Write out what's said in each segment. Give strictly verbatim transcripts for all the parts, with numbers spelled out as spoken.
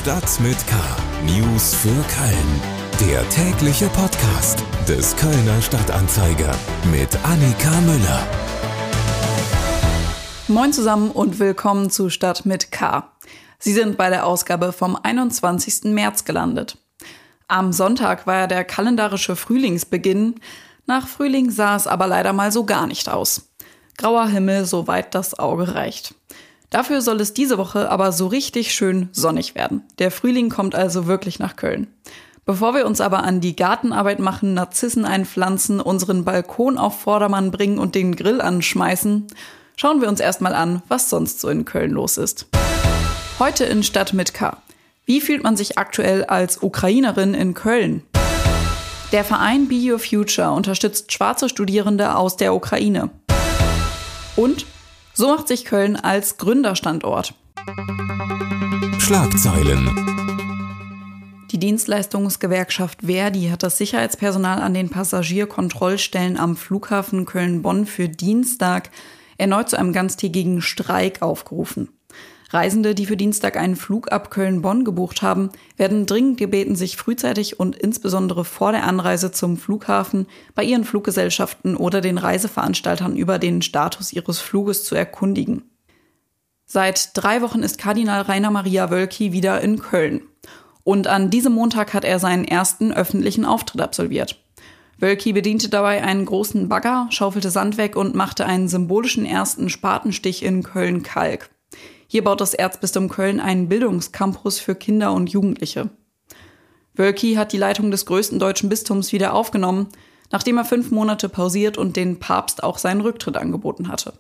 Stadt mit K. News für Köln. Der tägliche Podcast des Kölner Stadtanzeiger mit Annika Müller. Moin zusammen und willkommen zu Stadt mit K. Sie sind bei der Ausgabe vom einundzwanzigsten März gelandet. Am Sonntag war ja der kalendarische Frühlingsbeginn. Nach Frühling sah es aber leider mal so gar nicht aus. Grauer Himmel, soweit das Auge reicht. Dafür soll es diese Woche aber so richtig schön sonnig werden. Der Frühling kommt also wirklich nach Köln. Bevor wir uns aber an die Gartenarbeit machen, Narzissen einpflanzen, unseren Balkon auf Vordermann bringen und den Grill anschmeißen, schauen wir uns erstmal an, was sonst so in Köln los ist. Heute in Stadt mit K. Wie fühlt man sich aktuell als Ukrainerin in Köln? Der Verein Be Your Future unterstützt schwarze Studierende aus der Ukraine. Und so macht sich Köln als Gründerstandort. Schlagzeilen. Die Dienstleistungsgewerkschaft ver.di hat das Sicherheitspersonal an den Passagierkontrollstellen am Flughafen Köln-Bonn für Dienstag erneut zu einem ganztägigen Streik aufgerufen. Reisende, die für Dienstag einen Flug ab Köln-Bonn gebucht haben, werden dringend gebeten, sich frühzeitig und insbesondere vor der Anreise zum Flughafen bei ihren Fluggesellschaften oder den Reiseveranstaltern über den Status ihres Fluges zu erkundigen. Seit drei Wochen ist Kardinal Rainer Maria Wölki wieder in Köln. Und an diesem Montag hat er seinen ersten öffentlichen Auftritt absolviert. Wölki bediente dabei einen großen Bagger, schaufelte Sand weg und machte einen symbolischen ersten Spatenstich in Köln-Kalk. Hier baut das Erzbistum Köln einen Bildungscampus für Kinder und Jugendliche. Wölki hat die Leitung des größten deutschen Bistums wieder aufgenommen, nachdem er fünf Monate pausiert und den Papst auch seinen Rücktritt angeboten hatte.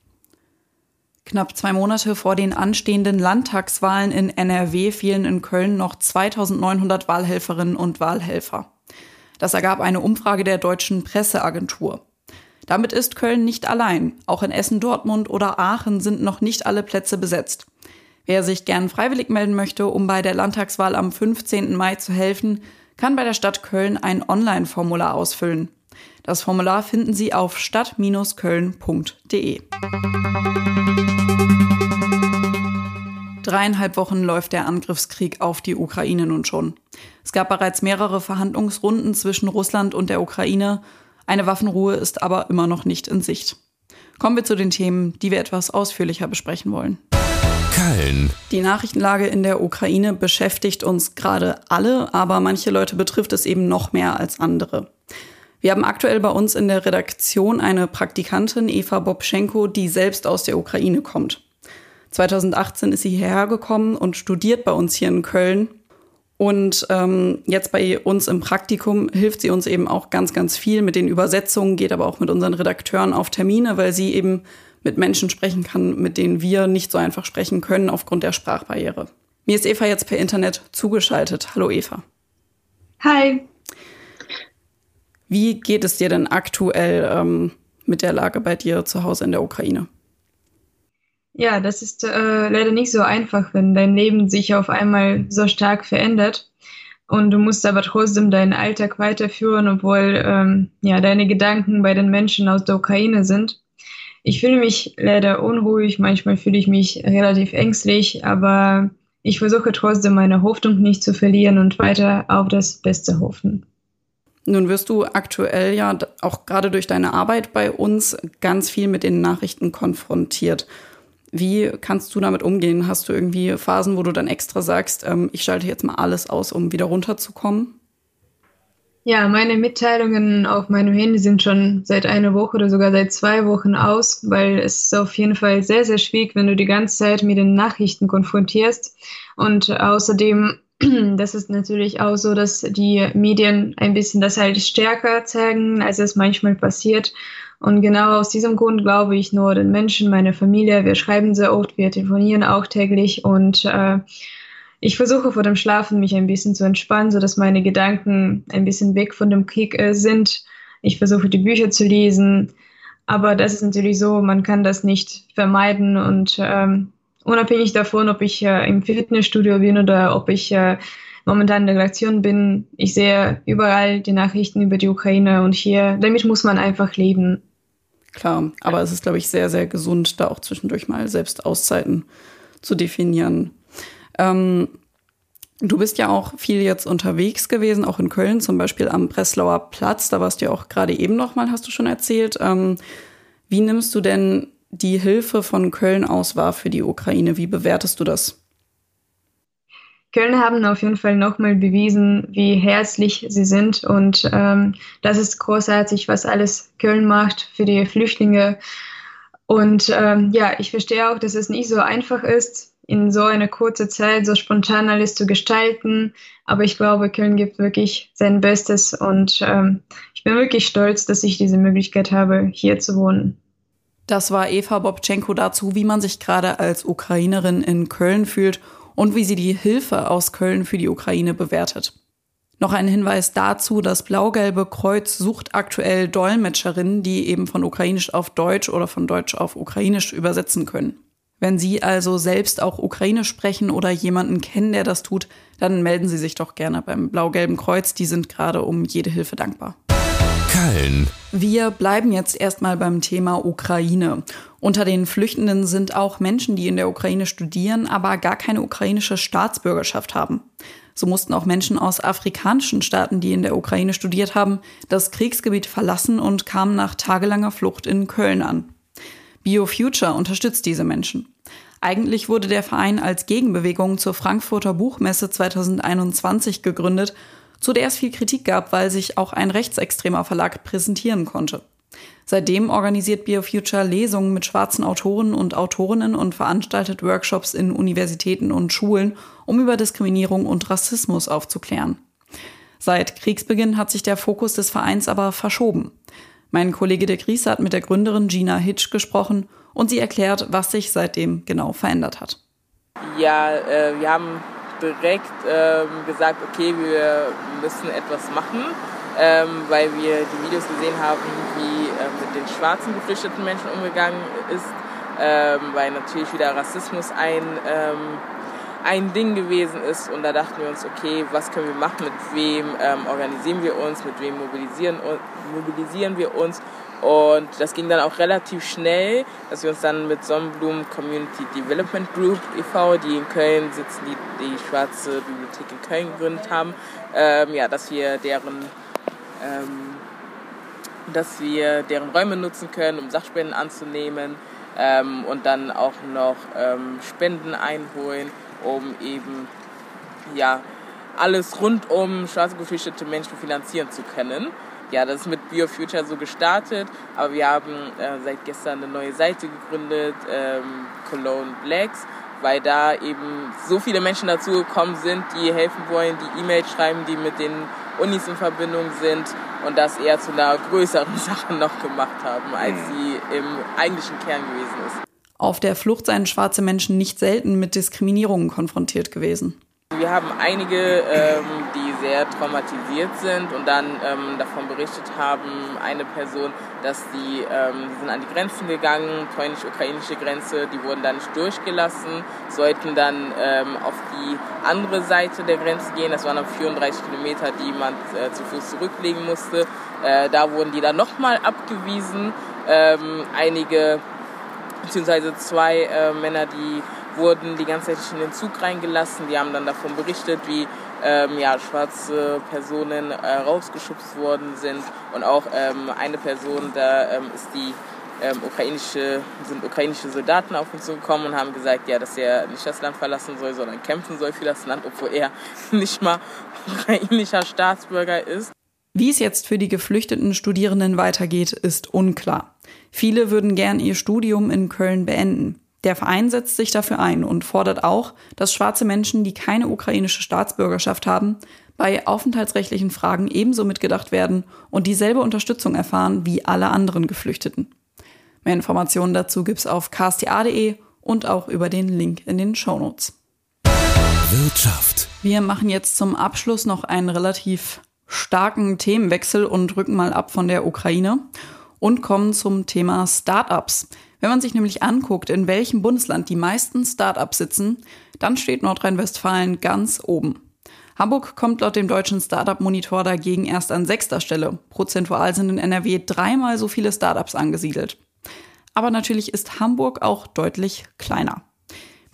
Knapp zwei Monate vor den anstehenden Landtagswahlen in N R W fehlen in Köln noch zweitausendneunhundert Wahlhelferinnen und Wahlhelfer. Das ergab eine Umfrage der Deutschen Presseagentur. Damit ist Köln nicht allein. Auch in Essen, Dortmund oder Aachen sind noch nicht alle Plätze besetzt. Wer sich gern freiwillig melden möchte, um bei der Landtagswahl am fünfzehnten Mai zu helfen, kann bei der Stadt Köln ein Online-Formular ausfüllen. Das Formular finden Sie auf stadt Bindestrich köln punkt de. Dreieinhalb Wochen läuft der Angriffskrieg auf die Ukraine nun schon. Es gab bereits mehrere Verhandlungsrunden zwischen Russland und der Ukraine. Eine Waffenruhe ist aber immer noch nicht in Sicht. Kommen wir zu den Themen, die wir etwas ausführlicher besprechen wollen. Köln. Die Nachrichtenlage in der Ukraine beschäftigt uns gerade alle, aber manche Leute betrifft es eben noch mehr als andere. Wir haben aktuell bei uns in der Redaktion eine Praktikantin, Eva Bobschenko, die selbst aus der Ukraine kommt. zweitausendachtzehn ist sie hierher gekommen und studiert bei uns hier in Köln. Und ähm, jetzt bei uns im Praktikum hilft sie uns eben auch ganz, ganz viel mit den Übersetzungen, geht aber auch mit unseren Redakteuren auf Termine, weil sie eben mit Menschen sprechen kann, mit denen wir nicht so einfach sprechen können aufgrund der Sprachbarriere. Mir ist Eva jetzt per Internet zugeschaltet. Hallo Eva. Hi. Wie geht es dir denn aktuell ähm, mit der Lage bei dir zu Hause in der Ukraine? Ja, das ist äh, leider nicht so einfach, wenn dein Leben sich auf einmal so stark verändert und du musst aber trotzdem deinen Alltag weiterführen, obwohl ähm, ja deine Gedanken bei den Menschen aus der Ukraine sind. Ich fühle mich leider unruhig, manchmal fühle ich mich relativ ängstlich, aber ich versuche trotzdem meine Hoffnung nicht zu verlieren und weiter auf das Beste hoffen. Nun wirst du aktuell ja auch gerade durch deine Arbeit bei uns ganz viel mit den Nachrichten konfrontiert. Wie kannst du damit umgehen? Hast du irgendwie Phasen, wo du dann extra sagst, ähm, ich schalte jetzt mal alles aus, um wieder runterzukommen? Ja, meine Mitteilungen auf meinem Handy sind schon seit einer Woche oder sogar seit zwei Wochen aus, weil es ist auf jeden Fall sehr, sehr schwierig, wenn du die ganze Zeit mit den Nachrichten konfrontierst. Und außerdem, das ist natürlich auch so, dass die Medien ein bisschen das halt stärker zeigen, als es manchmal passiert. Und genau aus diesem Grund glaube ich nur den Menschen, meine Familie, wir schreiben sehr oft, wir telefonieren auch täglich und äh, ich versuche vor dem Schlafen mich ein bisschen zu entspannen, sodass meine Gedanken ein bisschen weg von dem Krieg äh, sind. Ich versuche die Bücher zu lesen, aber das ist natürlich so, man kann das nicht vermeiden und ähm, unabhängig davon, ob ich äh, im Fitnessstudio bin oder ob ich äh, momentan in der Redaktion bin, ich sehe überall die Nachrichten über die Ukraine und hier, damit muss man einfach leben. Klar, aber es ist, glaube ich, sehr, sehr gesund, da auch zwischendurch mal selbst Auszeiten zu definieren. Ähm, Du bist ja auch viel jetzt unterwegs gewesen, auch in Köln, zum Beispiel am Breslauer Platz. Da warst du ja auch gerade eben noch mal, hast du schon erzählt. Ähm, wie nimmst du denn die Hilfe von Köln aus wahr für die Ukraine? Wie bewertest du das? Köln haben auf jeden Fall nochmal bewiesen, wie herzlich sie sind. Und ähm, das ist großartig, was alles Köln macht für die Flüchtlinge. Und ähm, ja, ich verstehe auch, dass es nicht so einfach ist, in so einer kurzen Zeit so spontan alles zu gestalten. Aber ich glaube, Köln gibt wirklich sein Bestes. Und ähm, ich bin wirklich stolz, dass ich diese Möglichkeit habe, hier zu wohnen. Das war Eva Bobtschenko dazu, wie man sich gerade als Ukrainerin in Köln fühlt und wie sie die Hilfe aus Köln für die Ukraine bewertet. Noch ein Hinweis dazu, das Blau-Gelbe Kreuz sucht aktuell Dolmetscherinnen, die eben von Ukrainisch auf Deutsch oder von Deutsch auf Ukrainisch übersetzen können. Wenn Sie also selbst auch Ukrainisch sprechen oder jemanden kennen, der das tut, dann melden Sie sich doch gerne beim Blau-Gelben Kreuz. Die sind gerade um jede Hilfe dankbar. Köln. Wir bleiben jetzt erstmal beim Thema Ukraine. Unter den Flüchtenden sind auch Menschen, die in der Ukraine studieren, aber gar keine ukrainische Staatsbürgerschaft haben. So mussten auch Menschen aus afrikanischen Staaten, die in der Ukraine studiert haben, das Kriegsgebiet verlassen und kamen nach tagelanger Flucht in Köln an. BioFuture unterstützt diese Menschen. Eigentlich wurde der Verein als Gegenbewegung zur Frankfurter Buchmesse zwanzig einundzwanzig gegründet, zu der es viel Kritik gab, weil sich auch ein rechtsextremer Verlag präsentieren konnte. Seitdem organisiert BioFuture Lesungen mit schwarzen Autoren und Autorinnen und veranstaltet Workshops in Universitäten und Schulen, um über Diskriminierung und Rassismus aufzuklären. Seit Kriegsbeginn hat sich der Fokus des Vereins aber verschoben. Mein Kollege de Gries hat mit der Gründerin Gina Hitsch gesprochen und sie erklärt, was sich seitdem genau verändert hat. Ja, äh, wir haben direkt ähm, gesagt, okay, wir müssen etwas machen, ähm, weil wir die Videos gesehen haben, wie äh, mit den schwarzen geflüchteten Menschen umgegangen ist, ähm, weil natürlich wieder Rassismus ein, ähm, ein Ding gewesen ist. Und da dachten wir uns, okay, was können wir machen, mit wem ähm, organisieren wir uns, mit wem mobilisieren, mobilisieren wir uns. Und das ging dann auch relativ schnell, dass wir uns dann mit Sonnenblumen Community Development Group e V, die in Köln sitzen, die die Schwarze Bibliothek in Köln gegründet haben, ähm, ja, dass wir deren, ähm, dass wir deren Räume nutzen können, um Sachspenden anzunehmen ähm, und dann auch noch ähm, Spenden einholen, um eben ja alles rund um schwarze geflüchtete Menschen finanzieren zu können. Ja, das ist mit BioFuture so gestartet, aber wir haben äh, seit gestern eine neue Seite gegründet, ähm, Cologne Blacks, weil da eben so viele Menschen dazu gekommen sind, die helfen wollen, die E-Mails schreiben, die mit den Unis in Verbindung sind und das eher zu einer größeren Sache noch gemacht haben, als sie im eigentlichen Kern gewesen ist. Auf der Flucht seien schwarze Menschen nicht selten mit Diskriminierungen konfrontiert gewesen. Wir haben einige, ähm, die sehr traumatisiert sind und dann ähm, davon berichtet haben, eine Person, dass die, ähm, die sind an die Grenzen gegangen, polnisch-ukrainische Grenze, die wurden da nicht durchgelassen, sollten dann ähm, auf die andere Seite der Grenze gehen, das waren dann vierunddreißig Kilometer, die man äh, zu Fuß zurücklegen musste. Äh, da wurden die dann nochmal abgewiesen, ähm, einige, beziehungsweise zwei äh, Männer, die wurden die ganze Zeit in den Zug reingelassen. Die haben dann davon berichtet, wie ähm, ja, schwarze Personen äh, rausgeschubst worden sind. Und auch ähm, eine Person, da ähm, ist die ähm, ukrainische, sind ukrainische Soldaten auf uns zugekommen und haben gesagt, ja, dass er nicht das Land verlassen soll, sondern kämpfen soll für das Land, obwohl er nicht mal ukrainischer Staatsbürger ist. Wie es jetzt für die geflüchteten Studierenden weitergeht, ist unklar. Viele würden gern ihr Studium in Köln beenden. Der Verein setzt sich dafür ein und fordert auch, dass schwarze Menschen, die keine ukrainische Staatsbürgerschaft haben, bei aufenthaltsrechtlichen Fragen ebenso mitgedacht werden und dieselbe Unterstützung erfahren wie alle anderen Geflüchteten. Mehr Informationen dazu gibt's auf k s t a punkt d e und auch über den Link in den Shownotes. Wirtschaft. Wir machen jetzt zum Abschluss noch einen relativ starken Themenwechsel und rücken mal ab von der Ukraine und kommen zum Thema Startups. Wenn man sich nämlich anguckt, in welchem Bundesland die meisten Startups sitzen, dann steht Nordrhein-Westfalen ganz oben. Hamburg kommt laut dem deutschen Startup-Monitor dagegen erst an sechster Stelle. Prozentual sind in N R W dreimal so viele Startups angesiedelt. Aber natürlich ist Hamburg auch deutlich kleiner.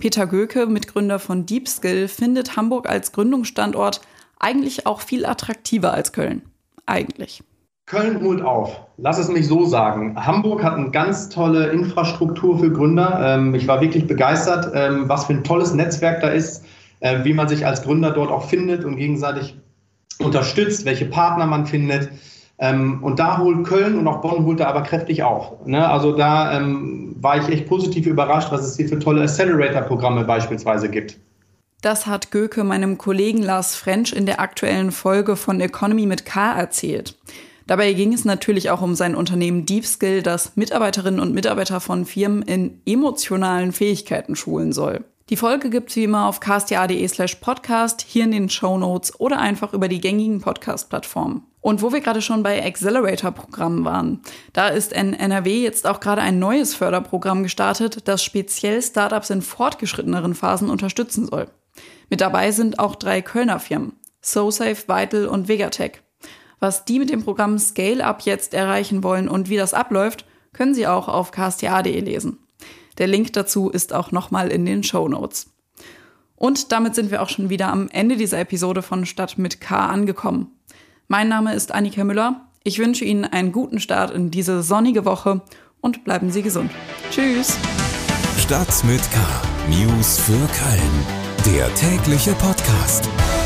Peter Göke, Mitgründer von DeepSkill, findet Hamburg als Gründungsstandort eigentlich auch viel attraktiver als Köln. Eigentlich. Köln holt auf. Lass es mich so sagen. Hamburg hat eine ganz tolle Infrastruktur für Gründer. Ich war wirklich begeistert, was für ein tolles Netzwerk da ist, wie man sich als Gründer dort auch findet und gegenseitig unterstützt, welche Partner man findet. Und da holt Köln und auch Bonn holt da aber kräftig auf. Also da war ich echt positiv überrascht, was es hier für tolle Accelerator-Programme beispielsweise gibt. Das hat Göke meinem Kollegen Lars Frensch in der aktuellen Folge von Economy mit K erzählt. Dabei ging es natürlich auch um sein Unternehmen DeepSkill, das Mitarbeiterinnen und Mitarbeiter von Firmen in emotionalen Fähigkeiten schulen soll. Die Folge gibt's wie immer auf castja.de slash podcast, hier in den Shownotes oder einfach über die gängigen Podcast-Plattformen. Und wo wir gerade schon bei Accelerator-Programmen waren, da ist in N R W jetzt auch gerade ein neues Förderprogramm gestartet, das speziell Startups in fortgeschritteneren Phasen unterstützen soll. Mit dabei sind auch drei Kölner Firmen, SoSafe, Vital und Vegatech. Was die mit dem Programm Scale-Up jetzt erreichen wollen und wie das abläuft, können Sie auch auf castja punkt de lesen. Der Link dazu ist auch nochmal in den Shownotes. Und damit sind wir auch schon wieder am Ende dieser Episode von Stadt mit K angekommen. Mein Name ist Annika Müller. Ich wünsche Ihnen einen guten Start in diese sonnige Woche und bleiben Sie gesund. Tschüss! Stadt mit K. News für Köln. Der tägliche Podcast.